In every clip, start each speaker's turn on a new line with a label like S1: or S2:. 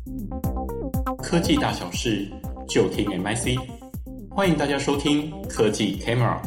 S1: 科技大小事就听 MIC， 欢迎大家收听科技 Camera。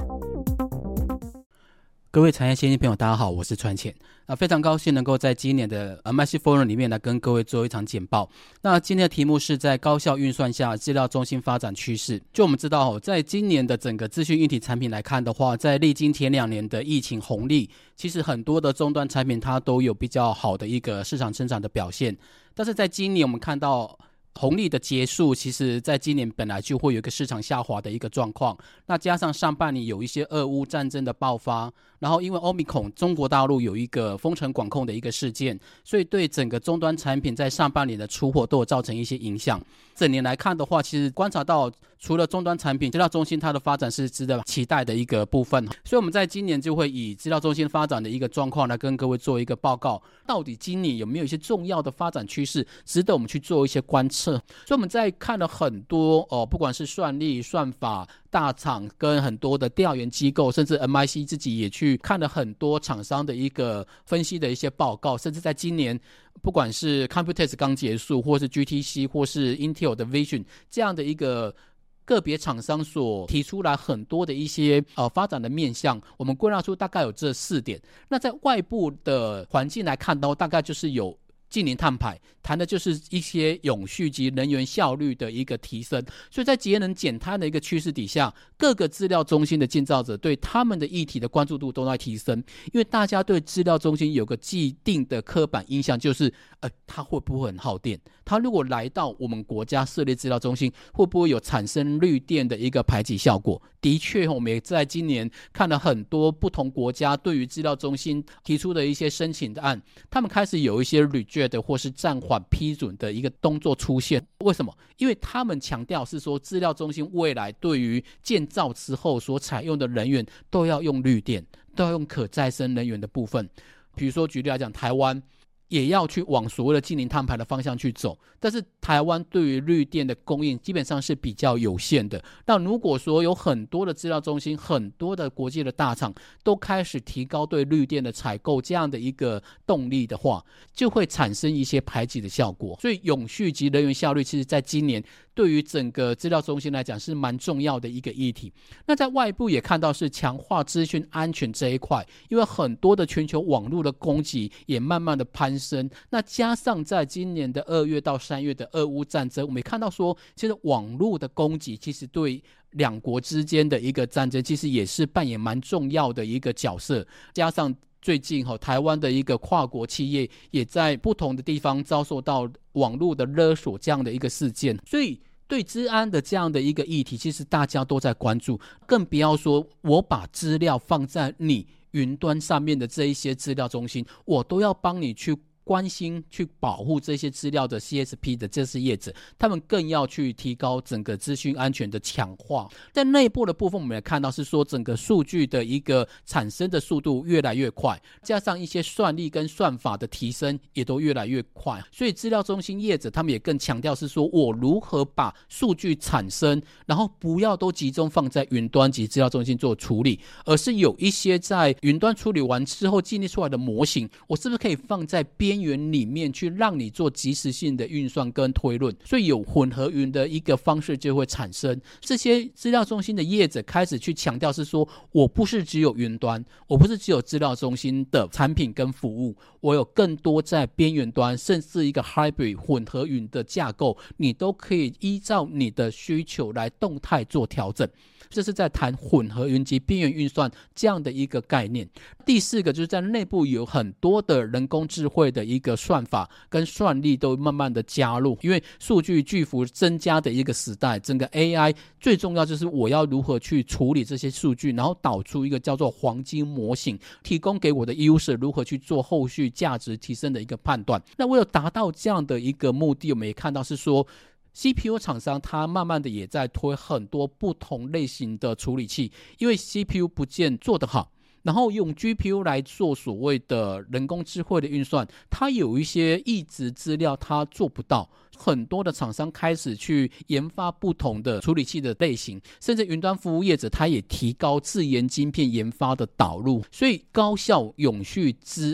S2: 各位产业先进朋友大家好，我是川浅。非常高兴能够在今年的 MIC Forum 里面来跟各位做一场简报。那今天的题目是在高效运算下资料中心发展趋势。就我们知道在今年的整个资讯硬体产品来看的话，在历经前2年的疫情红利，其实很多的终端产品它都有比较好的一个市场增长的表现。但是在今年我们看到红利的结束，其实在今年本来就会有一个市场下滑的一个状况，那加上上半年有一些俄乌战争的爆发，然后因为 Omicron 中国大陆有一个封城管控的一个事件，所以对整个终端产品在上半年的出货都有造成一些影响。整年来看的话，其实观察到除了终端产品，资料中心它的发展是值得期待的一个部分，所以我们在今年就会以资料中心发展的一个状况来跟各位做一个报告，到底今年有没有一些重要的发展趋势值得我们去做一些观测。所以我们在看了很多不管是算力、算法大厂跟很多的调研机构，甚至 MIC 自己也去看了很多厂商的一个分析的一些报告，甚至在今年不管是 Computex 刚结束，或是 GTC 或是 Intel 的 Vision 这样的一个个别厂商所提出来很多的一些发展的面向，我们归纳出大概有这4点。那在外部的环境来看大概就是有净零碳排，谈的就是一些永续及能源效率的一个提升。所以在节能减碳的一个趋势底下，各个资料中心的建造者对他们的议题的关注度都在提升，因为大家对资料中心有个既定的刻板印象，就是它会不会很耗电，它如果来到我们国家设立资料中心，会不会有产生绿电的一个排挤效果。的确我们也在今年看了很多不同国家对于资料中心提出的一些申请的案，他们开始有一些 reject或是暂缓批准的一个动作出现。为什么？因为他们强调是说资料中心未来对于建造之后所采用的能源都要用绿电，都要用可再生能源的部分。比如说举例来讲，台湾也要去往所谓的净零碳排的方向去走，但是台湾对于绿电的供应基本上是比较有限的。那如果说有很多的资料中心，很多的国际的大厂都开始提高对绿电的采购这样的一个动力的话，就会产生一些排挤的效果。所以永续及能源效率其实在今年对于整个资料中心来讲是蛮重要的一个议题。那在外部也看到是强化资讯安全这一块，因为很多的全球网络的供给也慢慢的攀升，那加上在今年的2月到3月的俄乌战争，我们也看到说其实网络的供给其实对两国之间的一个战争其实也是扮演蛮重要的一个角色。加上最近台湾的一个跨国企业也在不同的地方遭受到网络的勒索这样的一个事件，所以对资安的这样的一个议题其实大家都在关注，更不要说我把资料放在你云端上面的这一些资料中心，我都要帮你去关心去保护这些资料的 CSP 的这些业者，他们更要去提高整个资讯安全的强化。在内部的部分我们也看到是说整个数据的一个产生的速度越来越快，加上一些算力跟算法的提升也都越来越快，所以资料中心业者他们也更强调是说我如何把数据产生，然后不要都集中放在云端及资料中心做处理，而是有一些在云端处理完之后建立出来的模型，我是不是可以放在边缘里面去让你做即时性的运算跟推论。所以有混合云的一个方式就会产生。这些资料中心的业者开始去强调是说我不是只有云端，我不是只有资料中心的产品跟服务，我有更多在边缘端甚至一个 hybrid 混合云的架构，你都可以依照你的需求来动态做调整。这是在谈混合云及边缘运算这样的一个概念。第4个就是在内部有很多的人工智慧的一个算法跟算力都慢慢的加入，因为数据巨幅增加的一个时代，整个 AI 最重要就是我要如何去处理这些数据，然后导出一个叫做黄金模型，提供给我的 user 如何去做后续价值提升的一个判断。那为了达到这样的一个目的，我们也看到是说CPU 厂商它慢慢的也在推很多不同类型的处理器，因为 CPU 不见做得好，然后用 GPU 来做所谓的人工智慧的运算，它有一些异质资料它做不到，很多的厂商开始去研发不同的处理器的类型，甚至云端服务业者它也提高自研晶片研发的导入，所以高效永续资安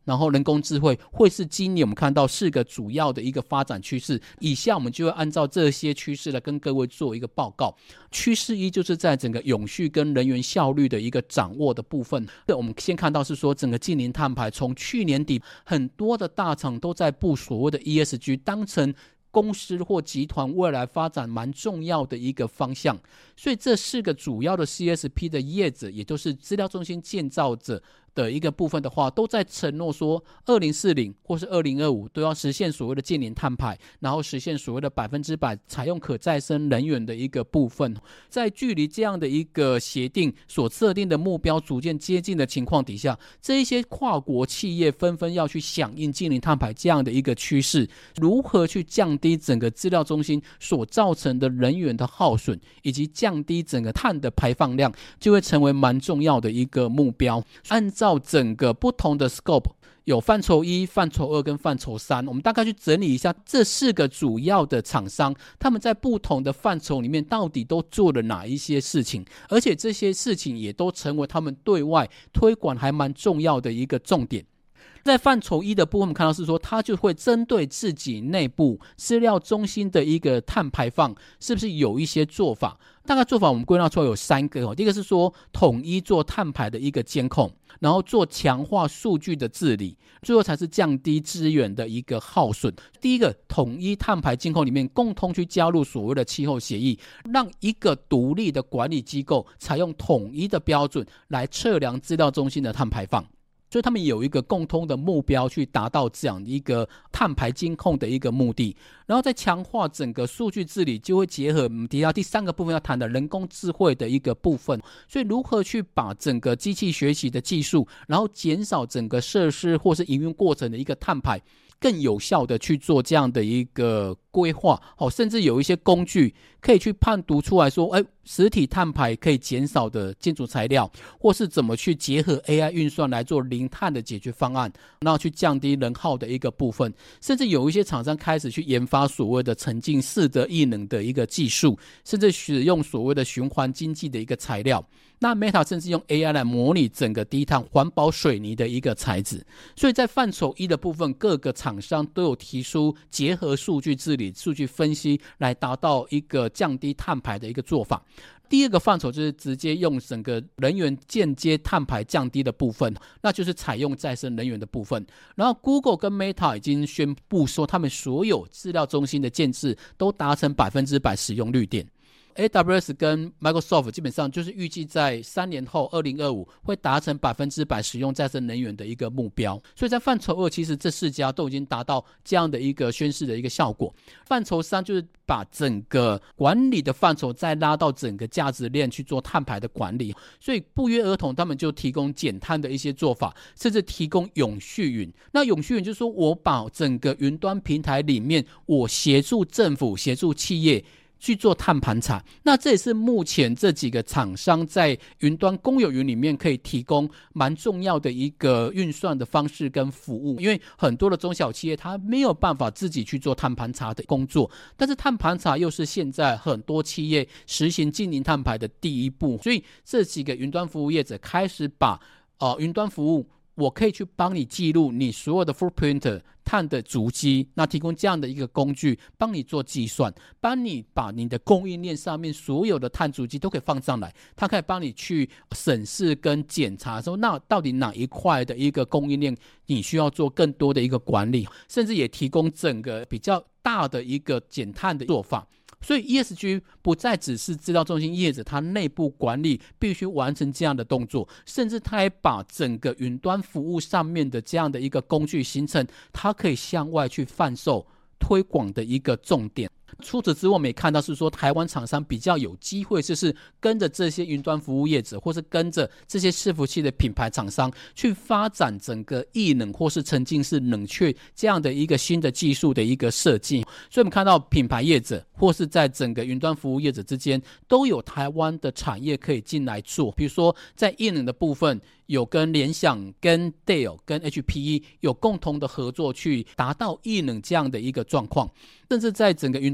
S2: 然后人工智慧会是今年我们看到4个主要的一个发展趋势。以下我们就会按照这些趋势来跟各位做一个报告。趋势1就是在整个永续跟人员效率的一个掌握的部分。我们先看到是说整个净零碳排，从去年底很多的大厂都在布所谓的 ESG 当成公司或集团未来发展蛮重要的一个方向。所以这4个主要的 CSP 的业者，也就是资料中心建造者的一个部分的话，都在承诺说2040或是2025都要实现所谓的净零碳排，然后实现所谓的100%采用可再生能源的一个部分。在距离这样的一个协定所设定的目标逐渐接近的情况底下，这一些跨国企业纷纷要去响应净零碳排这样的一个趋势，如何去降低整个资料中心所造成的人员的耗损，以及降低整个碳的排放量，就会成为蛮重要的一个目标。按照整个不同的 scope， 有范畴1、范畴2跟范畴3，我们大概去整理一下这4个主要的厂商，他们在不同的范畴里面到底都做了哪一些事情，而且这些事情也都成为他们对外推广还蛮重要的一个重点。在范畴1的部分，我们看到是说，它就会针对自己内部资料中心的一个碳排放，是不是有一些做法？大概做法我们归纳出来有3个。第一个是说统一做碳排的一个监控，然后做强化数据的治理，最后才是降低资源的一个耗损。第一个，统一碳排监控里面共同去加入所谓的气候协议，让一个独立的管理机构采用统一的标准来测量资料中心的碳排放。所以他们有一个共通的目标去达到这样一个碳排监控的一个目的，然后再强化整个数据治理，就会结合我们提到第3个部分要谈的人工智慧的一个部分。所以如何去把整个机器学习的技术，然后减少整个设施或是营运过程的一个碳排，更有效的去做这样的一个规划，甚至有一些工具可以去判读出来说，实体碳排可以减少的建筑材料，或是怎么去结合 AI 运算来做零碳的解决方案，然后去降低人耗的一个部分。甚至有一些厂商开始去研发所谓的沉浸式的艺能的一个技术，甚至使用所谓的循环经济的一个材料。那 Meta 甚至用 AI 来模拟整个低碳环保水泥的一个材质。所以在范畴1的部分，各个厂商都有提出结合数据治理、数据分析来达到一个降低碳排的一个做法。第2个范畴就是直接用整个人员间接碳排降低的部分，那就是采用再生能源的部分。然后 Google 跟 Meta 已经宣布说，他们所有资料中心的建制都达成100%使用绿电。AWS 跟 Microsoft 基本上就是预计在3年后2025会达成100%使用再生能源的一个目标。所以在范畴2，其实这4家都已经达到这样的一个宣示的一个效果。范畴3就是把整个管理的范畴再拉到整个价值链去做碳排的管理。所以不约而同他们就提供减碳的一些做法，甚至提供永续云。那永续云就是说，我把整个云端平台里面，我协助政府、协助企业去做碳盘查。那这也是目前这几个厂商在云端公有云里面可以提供蛮重要的一个运算的方式跟服务。因为很多的中小企业它没有办法自己去做碳盘查的工作，但是碳盘查又是现在很多企业实行净零碳排的第一步。所以这几个云端服务业者开始把云端服务，我可以去帮你记录你所有的 footprint 碳的足迹，那提供这样的一个工具帮你做计算，帮你把你的供应链上面所有的碳足迹都可以放上来。它可以帮你去审视跟检查说，那到底哪一块的一个供应链你需要做更多的一个管理，甚至也提供整个比较大的一个减碳的做法。所以 ESG 不再只是资料中心业者它内部管理必须完成这样的动作，甚至它也把整个云端服务上面的这样的一个工具形成它可以向外去贩售推广的一个重点。除此之外，我们也看到是说，台湾厂商比较有机会就是跟着这些云端服务业者，或是跟着这些伺服器的品牌厂商去发展整个液冷或是沉浸式冷却这样的一个新的技术的一个设计。所以我们看到品牌业者或是在整个云端服务业者之间都有台湾的产业可以进来做。比如说在液冷的部分，有跟联想、跟 Dell、跟 HPE 有共同的合作，去达到液冷这样的一个状况。甚至在整个云端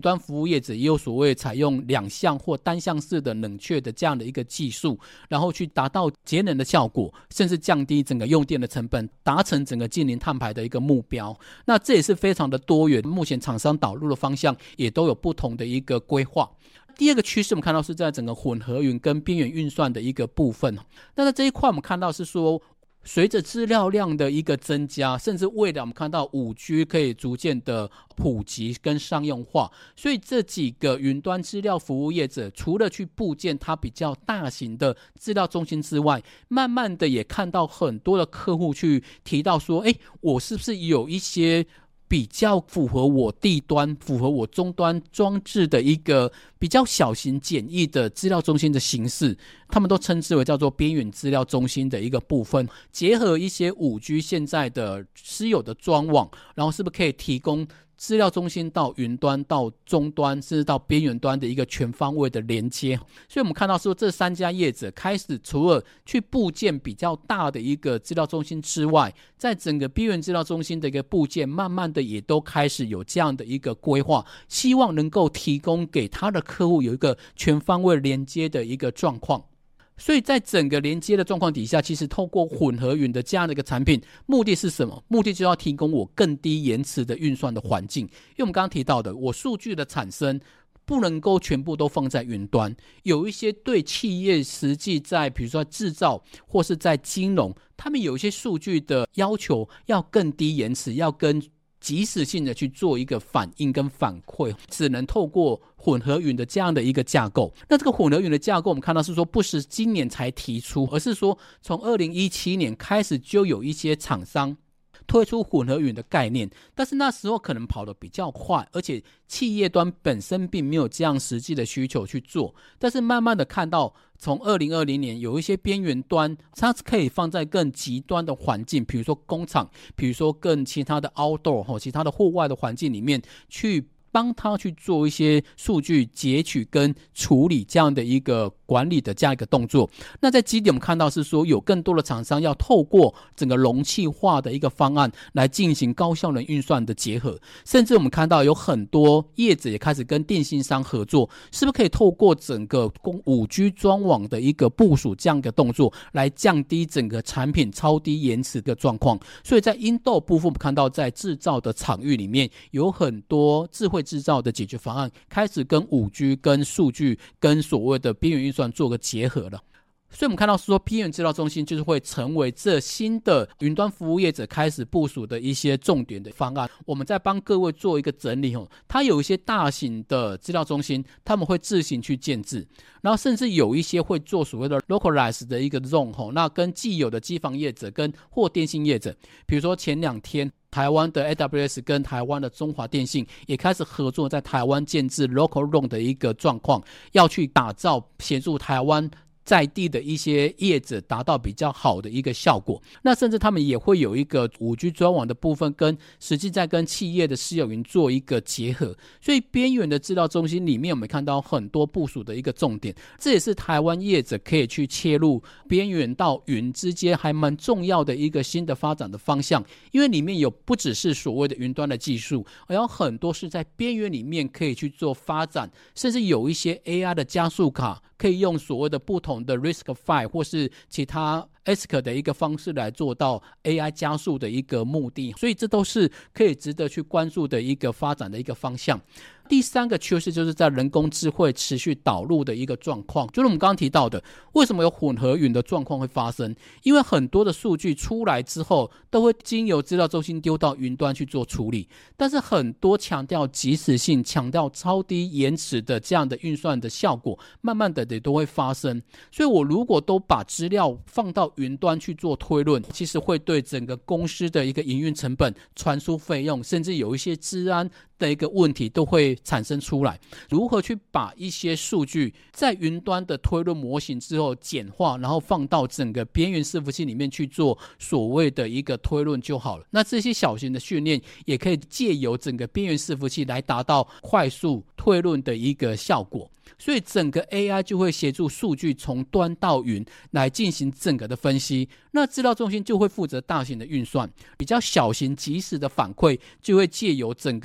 S2: 端服务业者也有所谓采用2项或单向式的冷却的这样的一个技术，然后去达到节能的效果，甚至降低整个用电的成本，达成整个净零碳排的一个目标。那这也是非常的多元，目前厂商导入的方向也都有不同的一个规划。第二个趋势我们看到是在整个混合云跟边缘运算的一个部分。那在这一块我们看到是说，随着资料量的一个增加，甚至未来我们看到 5G 可以逐渐的普及跟商用化，所以这几个云端资料服务业者除了去布建它比较大型的资料中心之外，慢慢的也看到很多的客户去提到说，我是不是有一些比较符合我地端、符合我终端装置的一个比较小型简易的资料中心的形式，他们都称之为叫做边缘资料中心的一个部分，结合一些 5G 现在的私有的专网，然后是不是可以提供资料中心到云端、到终端甚至到边缘端的一个全方位的连接。所以我们看到说这3家业者开始除了去布建比较大的一个资料中心之外，在整个边缘资料中心的一个布建慢慢的也都开始有这样的一个规划，希望能够提供给他的客户有一个全方位连接的一个状况。所以在整个连接的状况底下，其实透过混合云的这样的一个产品，目的是什么？目的就要提供我更低延迟的运算的环境。因为我们刚刚提到的，我数据的产生不能够全部都放在云端，有一些对企业实际在比如说制造或是在金融，他们有一些数据的要求要更低延迟，要跟及时性的去做一个反应跟反馈，只能透过混合云的这样的一个架构。那这个混合云的架构我们看到是说不是今年才提出，而是说从2017年开始就有一些厂商推出混合云的概念，但是那时候可能跑得比较快，而且企业端本身并没有这样实际的需求去做。但是慢慢的看到从2020年有一些边缘端它可以放在更极端的环境，比如说工厂，比如说更其他的 outdoor 其他的户外的环境里面去帮他去做一些数据截取跟处理这样的一个管理的这样一个动作。那在基点我们看到是说有更多的厂商要透过整个容器化的一个方案来进行高效能运算的结合，甚至我们看到有很多业者也开始跟电信商合作，是不是可以透过整个 5G 专网的一个部署这样一个动作来降低整个产品超低延迟的状况。所以在 Intel 部分我们看到在制造的场域里面有很多智慧制造的解决方案开始跟 5G 跟数据跟所谓的边缘运算做个结合了。所以我们看到是说边缘资料中心就是会成为这新的云端服务业者开始部署的一些重点的方案。我们再帮各位做一个整理，它有一些大型的资料中心他们会自行去建制，然后甚至有一些会做所谓的 localized 的一个 zone， 那跟既有的机房业者跟或电信业者，比如说前2天台湾的 AWS 跟台湾的中华电信也开始合作，在台湾建制 local zone 的一个状况，要去打造协助台湾在地的一些业者达到比较好的一个效果。那甚至他们也会有一个 5G 专网的部分跟实际在跟企业的私有云做一个结合。所以边缘的资料中心里面我们看到很多部署的一个重点，这也是台湾业者可以去切入边缘到云之间还蛮重要的一个新的发展的方向。因为里面有不只是所谓的云端的技术，而有很多是在边缘里面可以去做发展，甚至有一些 AI 的加速卡可以用所谓的不同的 RISC-V 或是其他 ASIC 的一个方式来做到 AI 加速的一个目的，所以这都是可以值得去关注的一个发展的一个方向。第3个趋势就是在人工智慧持续导入的一个状况，就是我们刚刚提到的为什么有混合云的状况会发生，因为很多的数据出来之后都会经由资料中心丢到云端去做处理，但是很多强调即时性强调超低延迟的这样的运算的效果慢慢的也都会发生。所以我如果都把资料放到云端去做推论，其实会对整个公司的一个营运成本、传输费用甚至有一些治安的一个问题都会产生出来。如何去把一些数据在云端的推论模型之后简化，然后放到整个边缘伺服器里面去做所谓的一个推论就好了。那这些小型的训练也可以借由整个边缘伺服器来达到快速推论的一个效果。所以整个 AI 就会协助数据从端到云来进行整个的分析，那资料中心就会负责大型的运算，比较小型及时的反馈就会借由整个边缘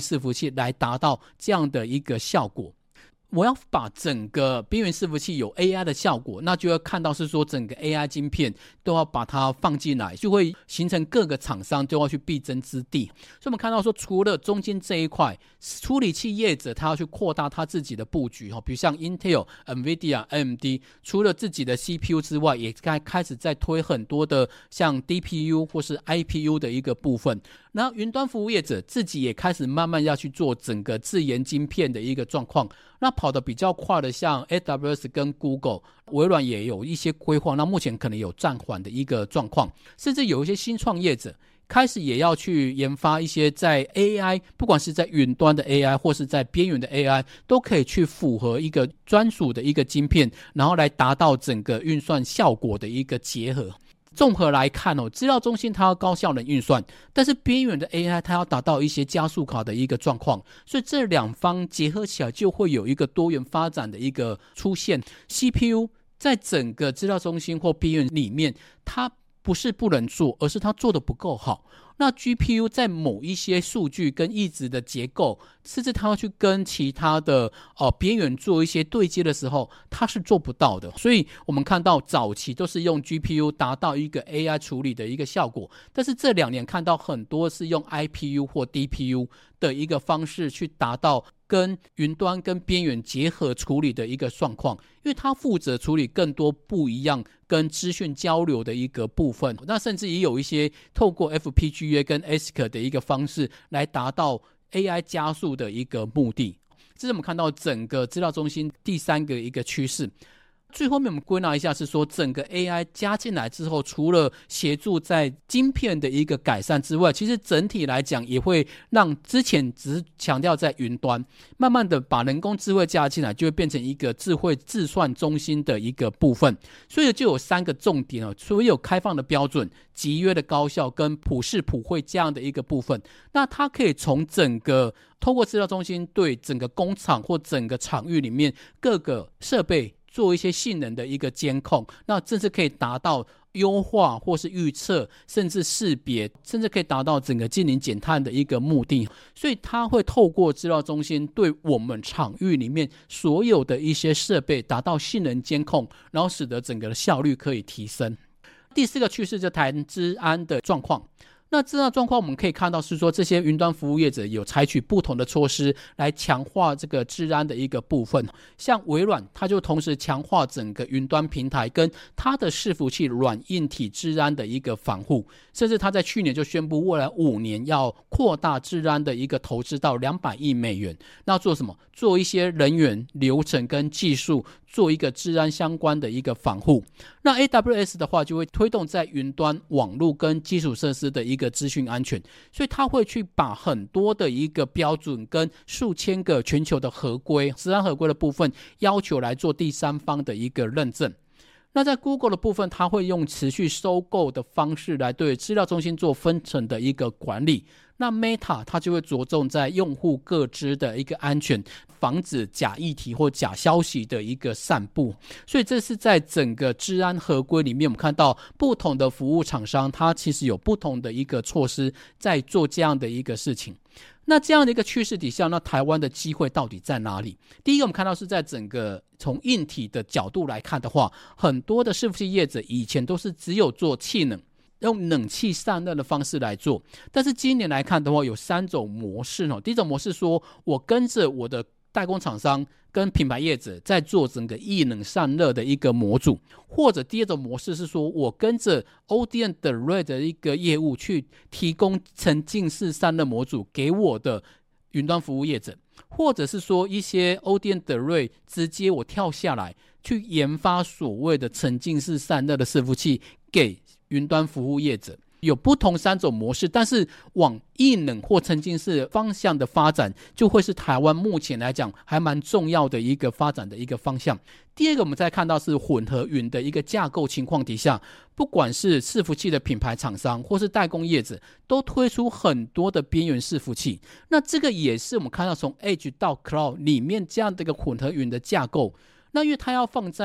S2: 伺服器来达到这样的一个效果。我要把整个边缘伺服器有 AI 的效果，那就要看到是说整个 AI 晶片都要把它放进来，就会形成各个厂商都要去必争之地。所以我们看到说，除了中间这一块，处理器业者他要去扩大他自己的布局，比如像 Intel、NVIDIA、AMD， 除了自己的 CPU 之外，也开始在推很多的像 DPU 或是 IPU 的一个部分。然后云端服务业者自己也开始慢慢要去做整个自研晶片的一个状况。那跑得比较快的像 AWS 跟 Google， 微软也有一些规划，那目前可能有暂缓的一个状况，甚至有一些新创业者开始也要去研发一些在 AI， 不管是在云端的 AI 或是在边缘的 AI， 都可以去符合一个专属的一个晶片，然后来达到整个运算效果的一个结合。综合来看资料中心它要高效能运算，但是边缘的 AI 它要达到一些加速卡的一个状况，所以这两方结合起来就会有一个多元发展的一个出现。 CPU 在整个资料中心或边缘里面，它不是不能做，而是它做得不够好。那 GPU 在某一些数据跟驿值的结构，甚至它要去跟其他的边缘做一些对接的时候，它是做不到的。所以我们看到早期都是用 GPU 达到一个 AI 处理的一个效果，但是这2年看到很多是用 IPU 或 DPU 的一个方式去达到跟云端跟边缘结合处理的一个状况，因为它负责处理更多不一样跟资讯交流的一个部分。那甚至也有一些透过 FPGA 跟 ASIC 的一个方式来达到 AI 加速的一个目的。这是我们看到整个资料中心第3个一个趋势。最后面我们归纳一下是说，整个 AI 加进来之后，除了协助在晶片的一个改善之外，其实整体来讲也会让之前只是强调在云端，慢慢的把人工智慧加进来，就会变成一个智慧自算中心的一个部分。所以就有3个重点所以有开放的标准、集约的高效跟普适普惠这样的一个部分。那它可以从整个透过资料中心对整个工厂或整个场域里面各个设备做一些性能的一个监控，那甚至可以达到优化或是预测，甚至识别，甚至可以达到整个净零减碳的一个目的。所以它会透过资料中心对我们场域里面所有的一些设备达到性能监控，然后使得整个的效率可以提升。第4个趋势就谈资安的状况。那这样状况我们可以看到是说，这些云端服务业者有采取不同的措施来强化这个治安的一个部分。像微软它就同时强化整个云端平台跟它的伺服器软硬体治安的一个防护，甚至它在去年就宣布未来5年要扩大治安的一个投资到$200亿。那做什么？做一些人员流程跟技术，做一个治安相关的一个防护。那 AWS 的话就会推动在云端网络跟基础设施的一个资讯安全，所以它会去把很多的一个标准跟数千个全球的合规、治安合规的部分要求来做第3方的一个认证。那在 Google 的部分，它会用持续收购的方式来对资料中心做分层的一个管理。那 Meta 它就会着重在用户个资的一个安全，防止假议题或假消息的一个散布。所以这是在整个治安合规里面，我们看到不同的服务厂商它其实有不同的一个措施在做这样的一个事情。那这样的一个趋势底下，那台湾的机会到底在哪里？第一个我们看到是在整个从硬体的角度来看的话，很多的伺服器业者以前都是只有做气冷，用冷气散热的方式来做，但是今年来看的话，有3种模式。第一种模式说，我跟着我的代工厂商跟品牌业者在做整个液冷散热的一个模组，或者第2种模式是说，我跟着 ODM Direct 的一个业务去提供沉浸式散热模组给我的云端服务业者，或者是说一些 ODM Direct 直接我跳下来去研发所谓的沉浸式散热的伺服器给云端服务业者。有不同3种模式，但是往液冷或沉浸式方向的发展，就会是台湾目前来讲还蛮重要的一个发展的一个方向。第2个我们再看到是混合云的一个架构情况底下，不管是伺服器的品牌厂商或是代工业者，都推出很多的边缘伺服器。那这个也是我们看到从 Edge 到 Cloud 里面这样的一个混合云的架构。那因为它要放在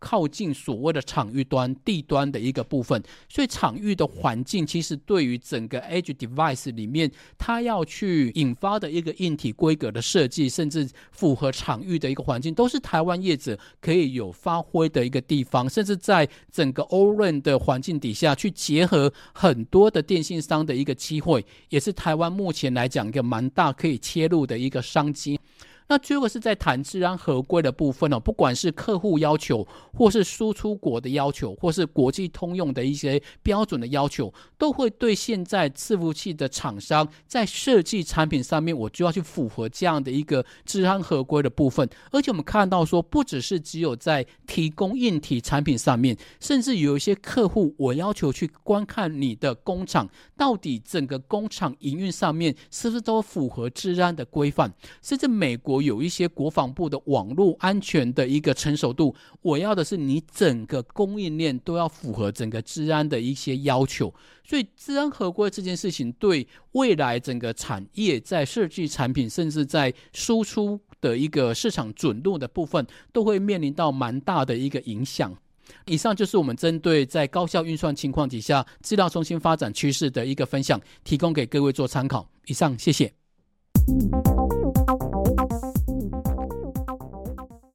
S2: 靠近所谓的场域端地端的一个部分，所以场域的环境其实对于整个 Edge Device 里面它要去引发的一个硬体规格的设计，甚至符合场域的一个环境，都是台湾业者可以有发挥的一个地方，甚至在整个 O-RAN 的环境底下去结合很多的电信商的一个机会，也是台湾目前来讲一个蛮大可以切入的一个商机。那最后是在谈治安合规的部分，不管是客户要求，或是输出国的要求，或是国际通用的一些标准的要求，都会对现在伺服器的厂商在设计产品上面，我就要去符合这样的一个治安合规的部分。而且我们看到说，不只是只有在提供硬体产品上面，甚至有一些客户我要求去观看你的工厂，到底整个工厂营运上面是不是都符合治安的规范，甚至美国有一些国防部的网络安全的一个成熟度，我要的是你整个供应链都要符合整个治安的一些要求。所以治安合规这件事情对未来整个产业在设计产品，甚至在输出的一个市场准入的部分，都会面临到蛮大的一个影响。以上就是我们针对在高效运算情况底下资料中心发展趋势的一个分享，提供给各位做参考。以上，谢谢。